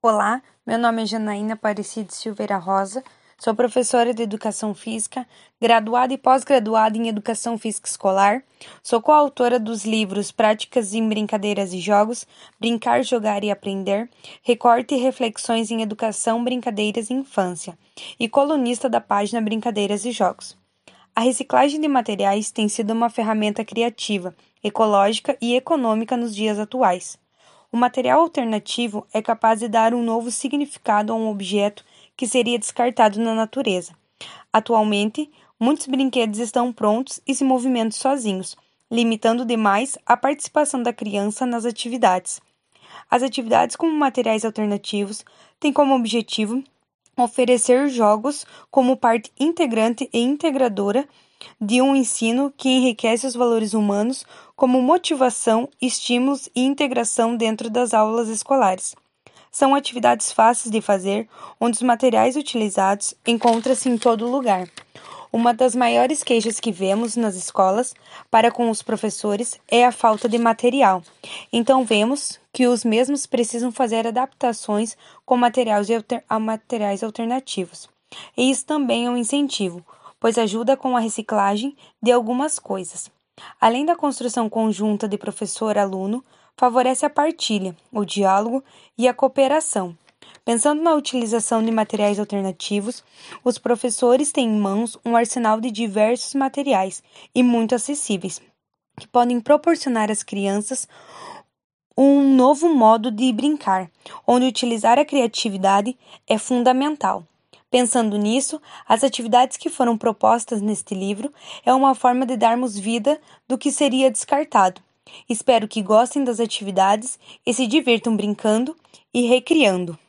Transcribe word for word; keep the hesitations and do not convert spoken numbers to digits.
Olá, meu nome é Janaína Aparecida Silveira Rosa, sou professora de Educação Física, graduada e pós-graduada em Educação Física Escolar, sou coautora dos livros Práticas em Brincadeiras e Jogos, Brincar, Jogar e Aprender, Recorte e Reflexões em Educação, Brincadeiras e Infância, e colunista da página Brincadeiras e Jogos. A reciclagem de materiais tem sido uma ferramenta criativa, ecológica e econômica nos dias atuais. O material alternativo é capaz de dar um novo significado a um objeto que seria descartado na natureza. Atualmente, muitos brinquedos estão prontos e se movimentam sozinhos, limitando demais a participação da criança nas atividades. As atividades com materiais alternativos têm como objetivo oferecer jogos como parte integrante e integradora de um ensino que enriquece os valores humanos como motivação, estímulos e integração dentro das aulas escolares. São atividades fáceis de fazer, onde os materiais utilizados encontram-se em todo lugar. Uma das maiores queixas que vemos nas escolas para com os professores é a falta de material. Então vemos que os mesmos precisam fazer adaptações com materiais, alter- a materiais alternativos. E isso também é um incentivo, pois ajuda com a reciclagem de algumas coisas. Além da construção conjunta de professor-aluno, favorece a partilha, o diálogo e a cooperação. Pensando na utilização de materiais alternativos, os professores têm em mãos um arsenal de diversos materiais e muito acessíveis, que podem proporcionar às crianças um novo modo de brincar, onde utilizar a criatividade é fundamental. Pensando nisso, as atividades que foram propostas neste livro é uma forma de darmos vida do que seria descartado. Espero que gostem das atividades e se divirtam brincando e recriando.